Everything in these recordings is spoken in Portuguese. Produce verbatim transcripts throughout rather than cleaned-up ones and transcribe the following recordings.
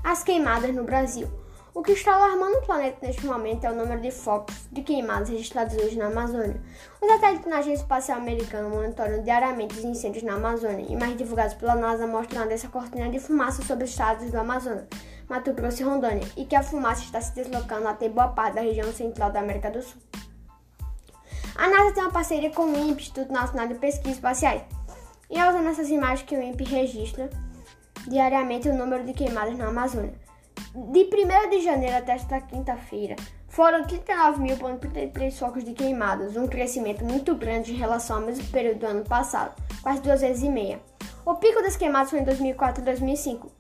As queimadas no Brasil. O que está alarmando o planeta neste momento é o número de focos de queimadas registrados hoje na Amazônia. Os satélites da Agência Espacial Americana monitoram diariamente os incêndios na Amazônia. Imagens divulgadas pela NASA mostram essa cortina de fumaça sobre os estados do Amazonas, Mato Grosso e Rondônia, e que a fumaça está se deslocando até boa parte da região central da América do Sul. A NASA tem uma parceria com o I N P, Instituto Nacional de Pesquisas Espaciais, e é usando essas imagens que o I N P registra diariamente o número de queimadas na Amazônia. De primeiro de janeiro até esta quinta-feira, foram trinta e nove mil trinta e três focos de queimadas, um crescimento muito grande em relação ao mesmo período do ano passado, quase duas vezes e meia. O pico das queimadas foi em dois mil e quatro e dois mil e cinco,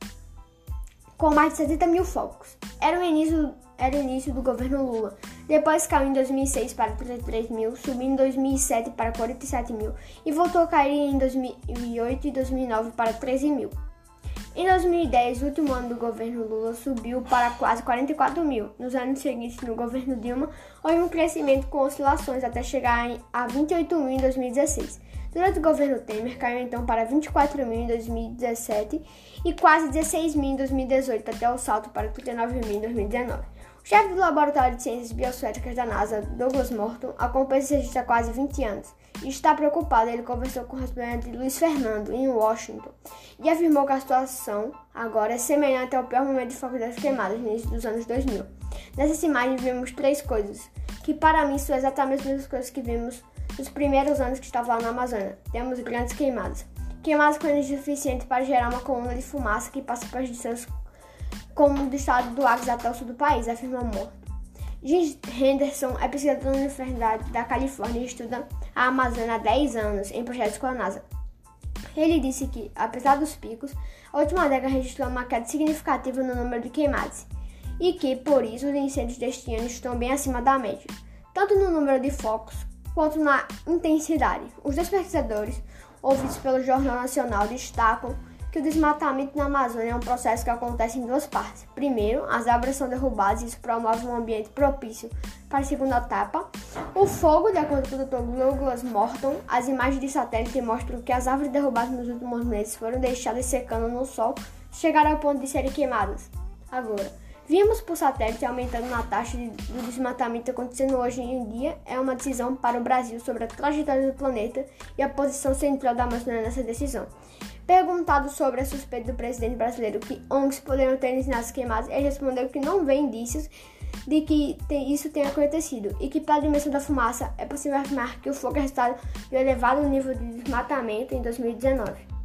com mais de setenta mil focos. Era o início, era o início do governo Lula. Depois caiu em dois mil e seis para trinta e três mil, subiu em dois mil e sete para quarenta e sete mil e voltou a cair em dois mil e oito e dois mil e nove para treze mil. Em dois mil e dez, o último ano do governo Lula, subiu para quase quarenta e quatro mil. Nos anos seguintes, no governo Dilma, houve um crescimento com oscilações até chegar a vinte e oito mil em dois mil e dezesseis. Durante o governo Temer, caiu então para vinte e quatro mil em dois mil e dezessete e quase dezesseis mil em dois mil e dezoito, até o salto para trinta e nove mil em dois mil e dezenove. O chefe do Laboratório de Ciências Biosféricas da NASA, Douglas Morton, acompanha esse registro há quase vinte anos e está preocupado. Ele conversou com o correspondente Luiz Fernando, em Washington, e afirmou que a situação agora é semelhante ao pior momento de foco das queimadas no início dos anos dois mil. Nessa imagem vimos três coisas, que para mim são exatamente as mesmas coisas que vimos nos primeiros anos que estava lá na Amazônia. Temos grandes queimadas. Queimadas com energia suficiente para gerar uma coluna de fumaça que passa pelas distâncias como do estado do Acre até o sul do país, afirma Morton. Jim Henderson é pesquisador da Universidade da Califórnia e estuda a Amazônia há dez anos em projetos com a NASA. Ele disse que, apesar dos picos, a última década registrou uma queda significativa no número de queimadas e que, por isso, os incêndios deste ano estão bem acima da média, tanto no número de focos quanto na intensidade. Os dois pesquisadores, ouvidos pelo Jornal Nacional, destacam que o desmatamento na Amazônia é um processo que acontece em duas partes. Primeiro, as árvores são derrubadas e isso promove um ambiente propício para a segunda etapa. O fogo, de acordo com o doutor Douglas Morton, as imagens de satélite mostram que as árvores derrubadas nos últimos meses foram deixadas secando no sol e chegaram ao ponto de serem queimadas. Agora, vimos por satélite aumentando na taxa de, do desmatamento acontecendo hoje em dia. É uma decisão para o Brasil sobre a trajetória do planeta e a posição central da Amazônia nessa decisão. Perguntado sobre a suspeita do presidente brasileiro que O N Gs poderiam ter iniciado as queimadas, ele respondeu que não vê indícios de que isso tenha acontecido e que, pela dimensão da fumaça, é possível afirmar que o fogo é resultado de um elevado nível de desmatamento em dois mil e dezenove.